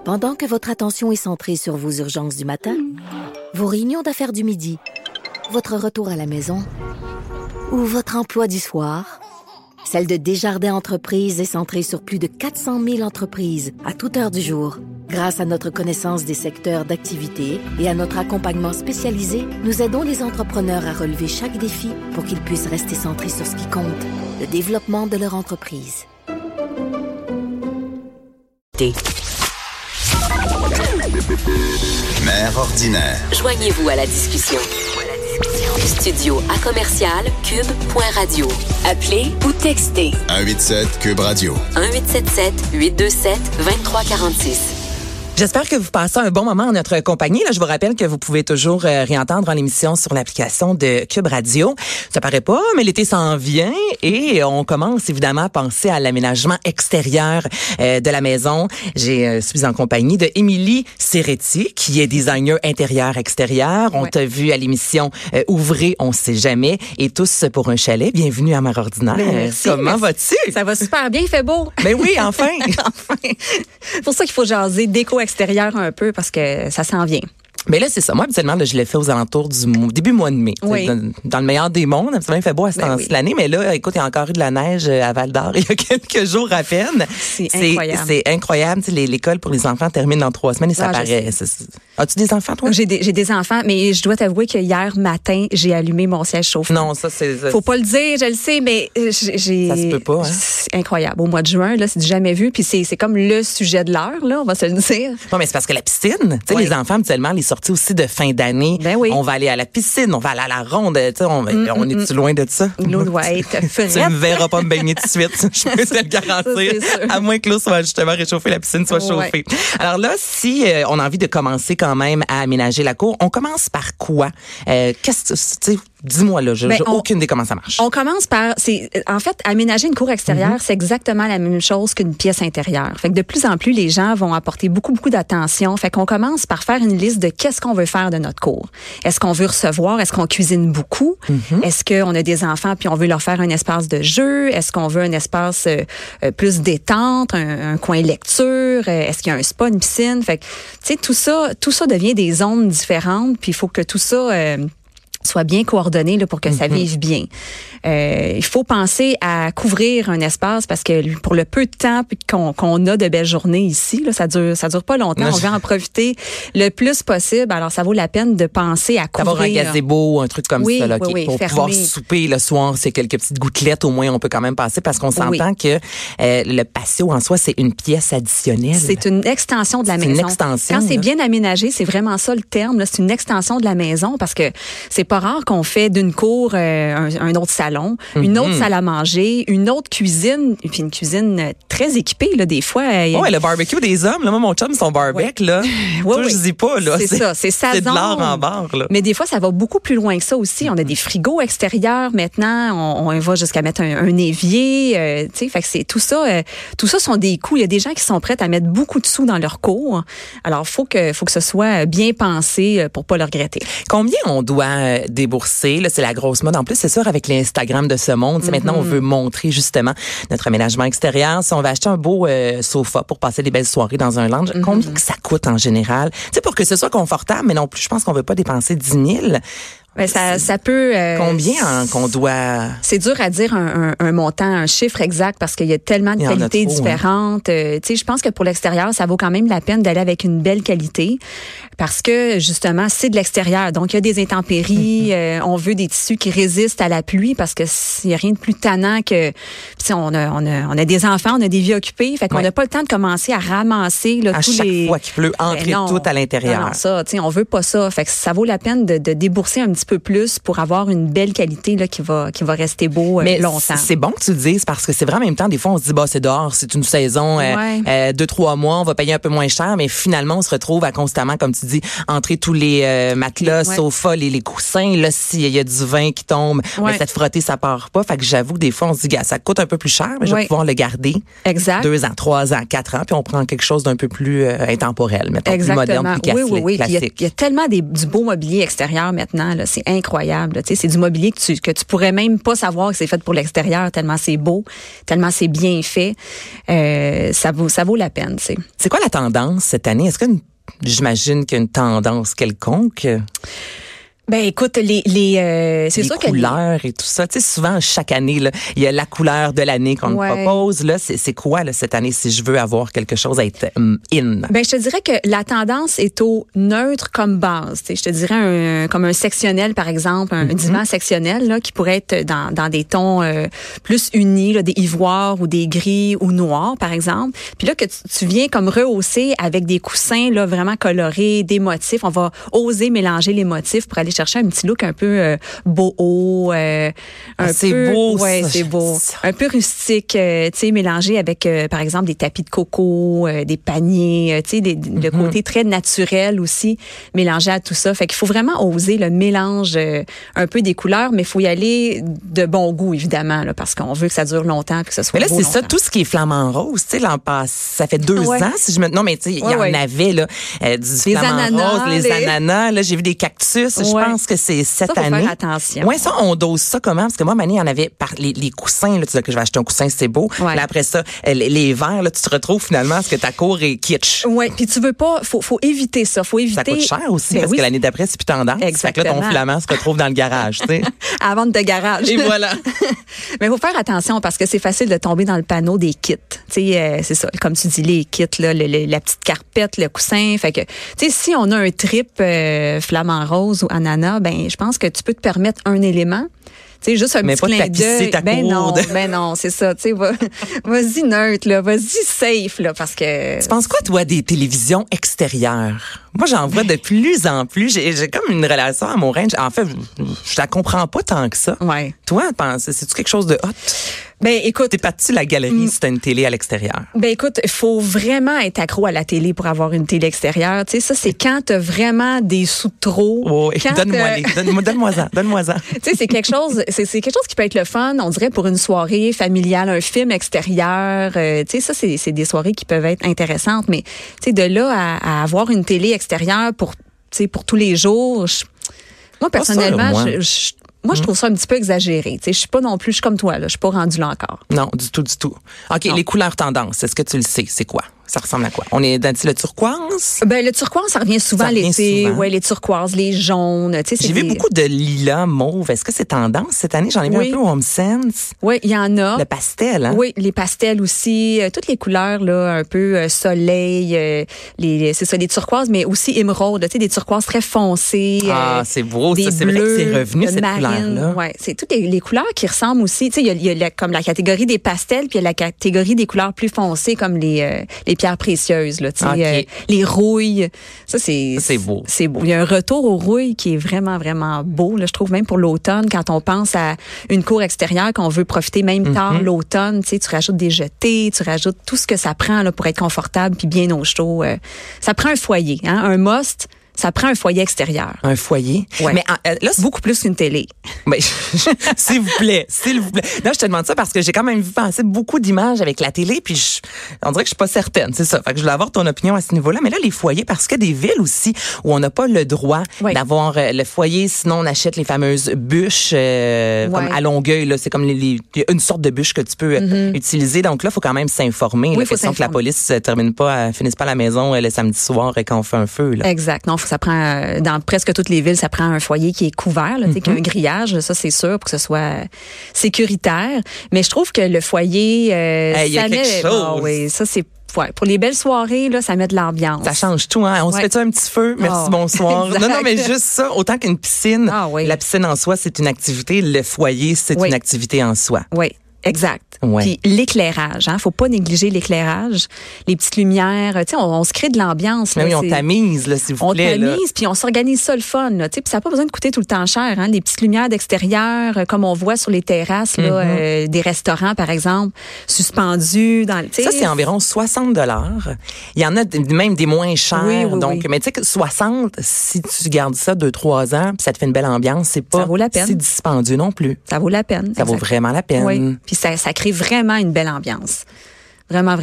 Pendant que votre attention est centrée sur vos urgences du matin, vos réunions d'affaires du midi, votre retour à la maison ou votre emploi du soir, celle de Desjardins Entreprises est centrée sur plus de 400 000 entreprises à toute heure du jour. Grâce à notre connaissance des secteurs d'activité et à notre accompagnement spécialisé, nous aidons les entrepreneurs à relever chaque défi pour qu'ils puissent rester centrés sur ce qui compte, le développement de leur entreprise. Mère ordinaire. Joignez-vous à la discussion. Studio à commercial cube.radio. Appelez ou textez 187 Cube Radio. 1877-827-2346. J'espère que vous passez un bon moment en notre compagnie. Là, je vous rappelle que vous pouvez toujours réentendre l'émission sur l'application de Cube Radio. Ça paraît pas, mais l'été s'en vient et on commence évidemment à penser à l'aménagement extérieur de la maison. Je suis en compagnie de Émilie Serretti, qui est designer intérieur-extérieur. On t'a vu à l'émission Ouvrez, on sait jamais, et tous pour un chalet. Bienvenue à Mère ordinaire. Merci, Comment vas-tu? Ça va super bien, il fait beau. Ben oui, enfin. Enfin. C'est pour ça qu'il faut jaser déco extérieur un peu parce que ça s'en vient. Mais là, c'est ça. Moi, habituellement, là, je l'ai fait aux alentours du début mois de mai. Oui. Dans le meilleur des mondes. Habituellement, il fait beau à ce temps-ci de l'année. Mais là, écoute, il y a encore eu de la neige à Val-d'Or il y a quelques jours à peine. C'est incroyable. C'est incroyable. Tu sais, l'école pour les enfants termine dans 3 semaines et ça paraît. As-tu des enfants, toi? J'ai des enfants, mais je dois t'avouer que hier matin, j'ai allumé mon siège chauffant. Non, ça, c'est... Faut pas le dire, je le sais, mais j'ai... Ça se peut pas, hein? C'est incroyable. Au mois de juin, là, c'est du jamais vu. Puis c'est comme le sujet de l'heure, là, on va se le dire. Non, mais c'est parce que la piscine, tu sais, les enfants, habituellement, les sorties aussi de fin d'année. Ben oui. On va aller à la piscine, on va aller à la ronde. Tu sais, on est-tu loin de ça? L'eau doit être frette. Tu me verras pas me baigner tout de suite. Je peux te le garantir. Ça, à moins que l'eau soit justement réchauffée, la piscine soit chauffée. Alors là, si on a envie de commencer quand même à aménager la cour, on commence par quoi? Qu'est-ce que, tu sais, dis-moi là, j'ai aucune idée comment ça marche. On commence par, en fait, aménager une cour extérieure, c'est exactement la même chose qu'une pièce intérieure. Fait que de plus en plus, les gens vont apporter beaucoup d'attention. Fait qu'on commence par faire une liste de qu'est-ce qu'on veut faire de notre cour. Est-ce qu'on veut recevoir? Est-ce qu'on cuisine beaucoup? Est-ce qu'on a des enfants puis on veut leur faire un espace de jeu? Est-ce qu'on veut un espace plus détente, un coin lecture? Est-ce qu'il y a un spa, une piscine? Fait que, tu sais, tout ça devient des zones différentes puis il faut que tout ça soit bien coordonné là, pour que ça vive bien. Il faut penser à couvrir un espace parce que pour le peu de temps qu'on a de belles journées ici, là, ça dure pas longtemps. On veut en profiter le plus possible. Alors, ça vaut la peine de penser à couvrir. Avoir un gazebo, un truc comme ça, là, pour pouvoir souper le soir, c'est quelques petites gouttelettes, au moins, on peut quand même passer parce qu'on s'entend que le patio en soi, c'est une pièce additionnelle. C'est une extension de la maison. Une extension. Quand c'est bien aménagé, c'est vraiment ça le terme, là. C'est une extension de la maison parce que c'est pas rare qu'on fait d'une cour un autre salon, une autre salle à manger, une autre cuisine, puis une cuisine très équipée là des fois. Le barbecue des hommes, là, moi mon chum son barbecue là, je dis pas là, c'est ça, c'est sa zone. C'est de l'art en barre là. Mais des fois ça va beaucoup plus loin que ça aussi. On a des frigos extérieurs maintenant, on va jusqu'à mettre un évier, tu sais, fait que c'est tout ça sont des coûts. Il y a des gens qui sont prêts à mettre beaucoup de sous dans leur cour. Alors faut que ce soit bien pensé pour pas le regretter. Combien on doit débourser là, c'est la grosse mode. En plus, c'est sûr avec l'Instagram de ce monde, maintenant on veut montrer justement notre aménagement extérieur. Si on va acheter un beau sofa pour passer des belles soirées dans un lounge, combien que ça coûte en général? Tu sais, pour que ce soit confortable, mais non plus, je pense qu'on veut pas dépenser 10 000. Ben ça peut... combien qu'on doit... C'est dur à dire un montant, un chiffre exact parce qu'il y a tellement de qualités différentes. Tu sais, je pense que pour l'extérieur, ça vaut quand même la peine d'aller avec une belle qualité parce que, justement, c'est de l'extérieur. Donc, il y a des intempéries. On veut des tissus qui résistent à la pluie parce que il y a rien de plus tannant que... Puis on a des enfants, on a des vies occupées. Fait qu'on n'a pas le temps de commencer à ramasser là, à tous chaque fois qu'il pleut, entrer tout à l'intérieur. Non, ça, tu sais, on veut pas ça. Fait que ça vaut la peine de débourser un petit peu plus pour avoir une belle qualité là qui va rester beau longtemps. C'est bon que tu le dises parce que c'est vrai en même temps des fois on se dit c'est dehors, c'est une saison 2-3 mois, on va payer un peu moins cher mais finalement on se retrouve à constamment comme tu dis entrer tous les matelas, sofas, les coussins là s'il y a du vin qui tombe, cette frotter ça part pas. Fait que j'avoue que des fois on se dit ça coûte un peu plus cher mais je vais pouvoir le garder. Exact. 2 ans, 3 ans, 4 ans puis on prend quelque chose d'un peu plus intemporel, mettons, exactement. Plus moderne, plus classique. Il y a tellement du beau mobilier extérieur maintenant là, c'est incroyable. Tu sais, c'est du mobilier que tu pourrais même pas savoir que c'est fait pour l'extérieur, tellement c'est beau, tellement c'est bien fait. Ça vaut la peine, tu sais. C'est quoi la tendance cette année? J'imagine qu'il y a une tendance quelconque? Ben écoute, c'est les sûr que couleurs et tout ça, tu sais, souvent chaque année là, il y a la couleur de l'année qu'on me propose là, c'est quoi là cette année si je veux avoir quelque chose à être in? Ben je te dirais que la tendance est au neutre comme base, tu sais, je te dirais comme un sectionnel par exemple, un divan sectionnel là qui pourrait être dans des tons plus unis là, des ivoires ou des gris ou noirs par exemple. Puis là que tu viens comme rehausser avec des coussins là vraiment colorés, des motifs, on va oser mélanger les motifs pour aller chercher un petit look un peu boho, c'est beau, ouais, ça. c'est beau, un peu rustique, tu sais, mélangé avec par exemple des tapis de coco, des paniers, tu sais, le côté très naturel aussi, mélangé à tout ça. Fait qu'il faut vraiment oser le mélange un peu des couleurs, mais il faut y aller de bon goût évidemment, là, parce qu'on veut que ça dure longtemps, que ce soit. Mais là, beau c'est longtemps. Ça, tout ce qui est flamant rose, tu sais, l'an passé, ça fait 2 ans, si je me. Non, mais tu sais, il y en avait là, du flamant rose, les ananas. Là, j'ai vu des cactus. Je pense que c'est cette ça, faut année. Faire attention. Ouais, ça, on dose ça comment? Parce que moi, Mané, il y en avait les coussins, là, tu sais que je vais acheter un coussin, c'est beau. Ouais. Là, après ça, les verres, là, tu te retrouves finalement à ce que ta cour est kitsch. Ouais, puis tu veux pas, faut éviter ça. Faut éviter. Ça coûte cher aussi, Ben parce oui. que l'année d'après, c'est plus tendance. Exactement. Fait que là, ton filament se retrouve dans le garage, tu sais. À la vente de garage. Et voilà. Mais il faut faire attention parce que c'est facile de tomber dans le panneau des kits. Tu sais, c'est ça, comme tu dis, les kits, là, la petite carpette, le coussin. Fait que, tu sais, si on a un trip flamant rose ou ananas, ben, je pense que tu peux te permettre un élément. Tu sais, juste un petit clin d'œil. Ben non, c'est ça. Tu sais, vas-y neutre, là, vas-y safe, là, parce que. Tu penses quoi, toi, des télévisions extérieures? Moi, j'en vois de plus en plus. J'ai comme une relation amoureuse. En fait, je la comprends pas tant que ça. Ouais. Toi, c'est-tu quelque chose de hot? Ben, écoute. T'es parti de la galerie si t'as une télé à l'extérieur. Ben, écoute, il faut vraiment être accro à la télé pour avoir une télé extérieure. Tu sais, ça, c'est quand t'as vraiment des sous de trop. Oui, donne-moi-en. Tu sais, c'est quelque chose qui peut être le fun, on dirait, pour une soirée familiale, un film extérieur. Tu sais, ça, c'est des soirées qui peuvent être intéressantes. Mais, tu sais, de là à avoir une télé extérieure pour tous les jours, moi, personnellement, moi, je trouve ça un petit peu exagéré. Tu sais, je suis pas non plus, je suis comme toi, là. Je suis pas rendue là encore. Non, du tout. OK, non. Les couleurs tendances, est-ce que tu le sais? C'est quoi? Ça ressemble à quoi? On est dans le turquoise? Ben, le turquoise, ça revient souvent l'été. Ouais, les turquoises, les jaunes. Tu sais, j'ai vu beaucoup de lilas, mauve. Est-ce que c'est tendance cette année? J'en ai vu un peu au Home Sense. Oui, il y en a. Le pastel, hein? Oui, les pastels aussi. Toutes les couleurs, là, un peu soleil. C'est ça, les turquoises, mais aussi émeraude. Tu sais, des turquoises très foncées. Ah, c'est beau. Ça, c'est vrai que c'est revenu, cette couleur-là. Oui, c'est toutes les couleurs qui ressemblent aussi. Tu sais, il y a comme la catégorie des pastels, puis il y a la catégorie des couleurs plus foncées, comme les pierres précieuses, là, les rouilles. Ça, c'est beau. C'est beau. Il y a un retour aux rouilles qui est vraiment, vraiment beau. Là, je trouve même pour l'automne, quand on pense à une cour extérieure, qu'on veut profiter même tard l'automne, tu rajoutes des jetés, tu rajoutes tout ce que ça prend là, pour être confortable puis bien au chaud. Ça prend un foyer, hein, un must. Ça prend un foyer extérieur. Un foyer? Ouais. Mais là, c'est beaucoup plus qu'une télé. Mais, s'il vous plaît. Non, je te demande ça parce que j'ai quand même vu passer beaucoup d'images avec la télé, puis on dirait que je suis pas certaine, c'est ça. Fait que je voulais avoir ton opinion à ce niveau-là. Mais là, les foyers, parce qu'il y a des villes aussi où on n'a pas le droit d'avoir le foyer, sinon on achète les fameuses bûches comme à Longueuil. Là, c'est comme une sorte de bûche que tu peux utiliser. Donc là, il faut quand même s'informer. Oui, la question que la police finisse pas à la maison le samedi soir quand on fait un feu. Là. Exact. Non, ça prend dans presque toutes les villes, ça prend un foyer qui est couvert, là, qui a un grillage, ça c'est sûr pour que ce soit sécuritaire. Mais je trouve que le foyer, il y a quelque chose. Oui, ça c'est pour les belles soirées là, ça met de l'ambiance. Ça change tout, hein. On se fait un petit feu, merci, bonsoir. Exact. Non, mais juste ça, autant qu'une piscine. La piscine en soi, c'est une activité. Le foyer, c'est une activité en soi. Oui. Exact. Ouais. Puis l'éclairage, faut pas négliger l'éclairage. Les petites lumières, tu sais, on se crée de l'ambiance. Mais oui, on tamise, là, s'il vous plaît. On tamise, puis on s'organise ça le fun, là, tu sais, puis ça n'a pas besoin de coûter tout le temps cher, hein. Les petites lumières d'extérieur, comme on voit sur les terrasses, là, des restaurants, par exemple, suspendues dans, tu sais. Ça, c'est environ 60 $. Il y en a même des moins chers. Oui, donc, mais tu sais que 60, si tu gardes ça 2-3 ans, puis ça te fait une belle ambiance, c'est pas si dispendieux non plus. Ça vaut la peine. Ça vaut vraiment la peine. Oui. Puis ça crée vraiment une belle ambiance. Vraiment, vraiment.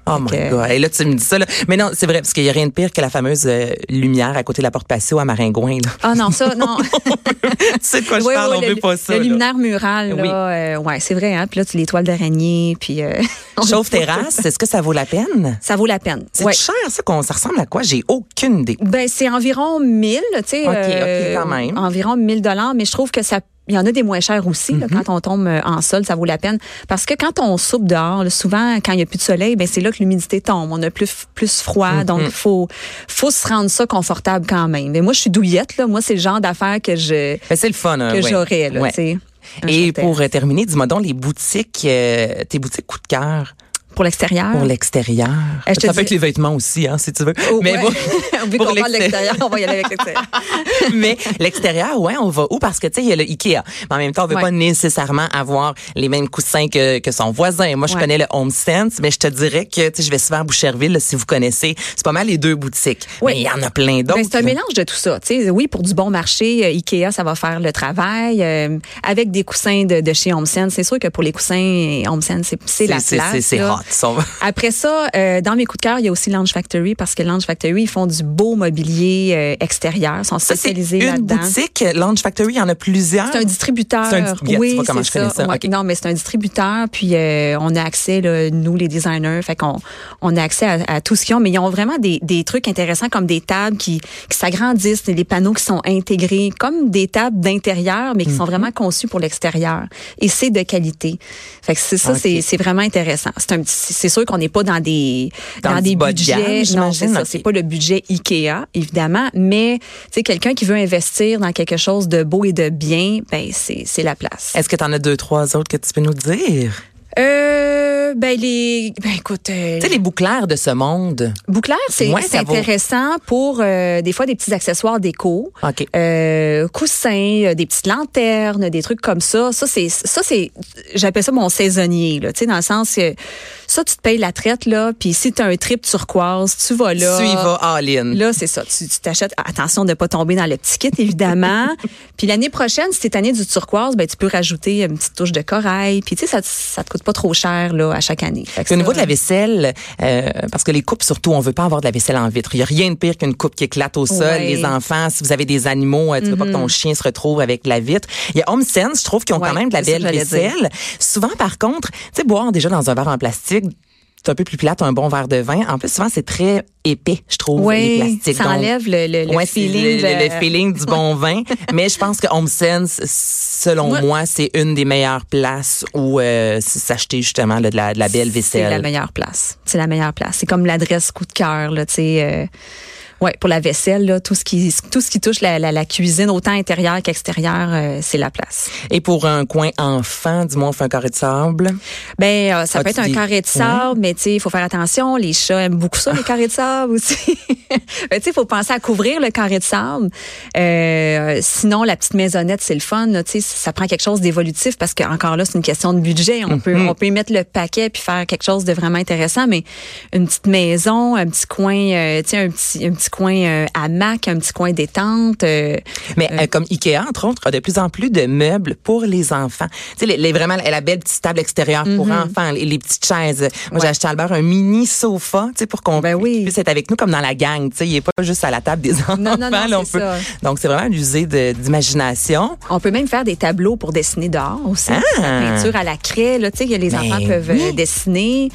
Oh my God. Et là, tu me dis ça, là. Mais non, c'est vrai, parce qu'il n'y a rien de pire que la fameuse lumière à côté de la porte patio à Maringouin, là. Ah non, ça, non. Tu sais de quoi je parle, on veut pas ça. Le là. luminaire mural, là, ouais, c'est vrai, hein. Puis là, tu as les toiles d'araignée, puis... Chauffe terrasse, est-ce que ça vaut la peine? Ça vaut la peine. C'est cher, ça, ça ressemble à quoi? J'ai aucune idée. Ben, c'est environ 1000, tu sais. OK, quand même. Environ 1000 $, mais je trouve que ça il y en a des moins chers aussi, là, quand on tombe en sol, ça vaut la peine. Parce que quand on soupe dehors, là, souvent, quand il n'y a plus de soleil, ben c'est là que l'humidité tombe. On a plus froid. Donc, il faut se rendre ça confortable quand même. Mais moi, je suis douillette, là. Moi, c'est le genre d'affaires que c'est le fun, que j'aurais, là, tu sais. Et pour terminer, dis-moi donc, les boutiques, tes boutiques coup de cœur. Pour l'extérieur? Pour l'extérieur. Ça peut être les vêtements aussi, hein, si tu veux. Oh, mais vu qu'on parle de l'extérieur, on va y aller avec l'extérieur. Mais l'extérieur, ouais, on va où? Parce que, tu sais, il y a le Ikea. Mais en même temps, on veut pas nécessairement avoir les mêmes coussins que son voisin. Moi, je connais le HomeSense, mais je te dirais que, tu sais, je vais souvent à Boucherville, là, si vous connaissez. C'est pas mal les deux boutiques. Oui. Mais il y en a plein d'autres. Ben, c'est un mélange de tout ça. Tu sais, oui, pour du bon marché, Ikea, ça va faire le travail. Avec des coussins de chez HomeSense, c'est sûr que pour les coussins HomeSense, c'est la place. C'est hot. Après ça, dans mes coups de cœur, il y a aussi Lounge Factory parce que Lounge Factory, ils font du beau mobilier extérieur, sont spécialisés là-dedans. Une boutique, Lounge Factory, il y en a plusieurs. C'est un distributeur. Oui, tu vois comment je connais ça. Ouais. Okay. Non, mais c'est un distributeur, puis on a accès, là, nous les designers, fait qu'on a accès à tout ce qu'ils ont, mais ils ont vraiment des trucs intéressants comme des tables qui s'agrandissent, des panneaux qui sont intégrés, comme des tables d'intérieur, mais qui sont vraiment conçues pour l'extérieur. Et c'est de qualité. Fait que c'est ça, c'est vraiment intéressant. C'est sûr qu'on n'est pas dans des budgets. Non, c'est ça. C'est pas le budget Ikea, évidemment, mais tu sais, quelqu'un qui veut investir dans quelque chose de beau et de bien, ben c'est la place. Est-ce que tu en as 2-3 autres que tu peux nous dire? Écoute, tu sais, les bouclaires de ce monde. Bouclaires, c'est intéressant pour des fois des petits accessoires déco. OK. Coussins, des petites lanternes, des trucs comme ça. Ça c'est j'appelle ça mon saisonnier, là, tu sais, dans le sens que ça, tu te payes la traite, là, puis si tu as un trip turquoise, tu vas là. Tu y vas all-in. Là, c'est ça. Tu t'achètes, attention de ne pas tomber dans le petit kit, évidemment. Puis l'année prochaine, si tu es tanné du turquoise, ben tu peux rajouter une petite touche de corail. Puis tu sais, ça te coûte pas trop cher, là, à chaque année. Au niveau de la vaisselle, parce que les coupes, surtout, on veut pas avoir de la vaisselle en vitre. Il y a rien de pire qu'une coupe qui éclate au sol. Ouais. Les enfants, si vous avez des animaux, tu veux pas que ton chien se retrouve avec la vitre. Il y a HomeSense, je trouve qu'ils ont quand même de la belle vaisselle. Souvent, par contre, tu sais, boire déjà dans un verre en plastique, c'est un peu plus plate, un bon verre de vin. En plus, souvent, c'est très épais, je trouve, les plastiques. Ça enlève le feeling. Le feeling du bon vin. Mais je pense que HomeSense, selon moi, c'est une des meilleures places où s'acheter justement de la belle vaisselle. C'est la meilleure place. C'est la meilleure place. C'est comme l'adresse coup de cœur, là, tu sais. Ouais, pour la vaisselle, là, tout ce qui touche la cuisine, autant intérieure qu'extérieure, c'est la place. Et pour un coin enfant, dis-moi, on fait un carré de sable? Ben, ça peut être un carré de sable, mais tu sais, il faut faire attention. Les chats aiment beaucoup ça, les carrés de sable aussi. Tu sais, il faut penser à couvrir le carré de sable. Sinon, la petite maisonnette, c'est le fun. Tu sais, ça prend quelque chose d'évolutif parce que encore là, c'est une question de budget. On peut y mettre le paquet puis faire quelque chose de vraiment intéressant, mais une petite maison, un petit coin, tu sais, un petit coin hamac, un petit coin détente. Mais comme Ikea, entre autres, a de plus en plus de meubles pour les enfants. Tu sais, vraiment la belle petite table extérieure pour enfants, les petites chaises. Moi, j'ai acheté à Albert un mini sofa, tu sais, pour qu'on puisse être avec nous comme dans la gang. Tu sais, il est pas juste à la table des enfants. Non, là, c'est ça. Donc, c'est vraiment un musée d'imagination. On peut même faire des tableaux pour dessiner dehors aussi. La peinture à la craie, là, tu sais, que les enfants peuvent dessiner.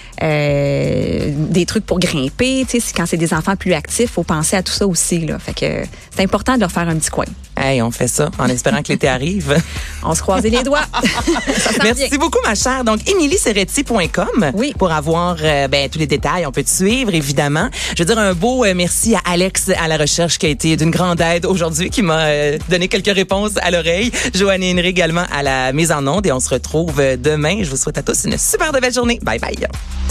Des trucs pour grimper, tu sais, quand c'est des enfants plus actifs, faut penser à tout ça aussi, là. Fait que c'est important de leur faire un petit coin. Hey, on fait ça en espérant que l'été arrive. On se croise les doigts. Merci beaucoup, ma chère. Donc, EmilieSerretti.com pour avoir tous les détails. On peut te suivre, évidemment. Je veux dire un beau merci à Alex à la recherche qui a été d'une grande aide aujourd'hui, qui m'a donné quelques réponses à l'oreille. Joanne Henry également à la mise en onde et on se retrouve demain. Je vous souhaite à tous une super belle journée. Bye bye.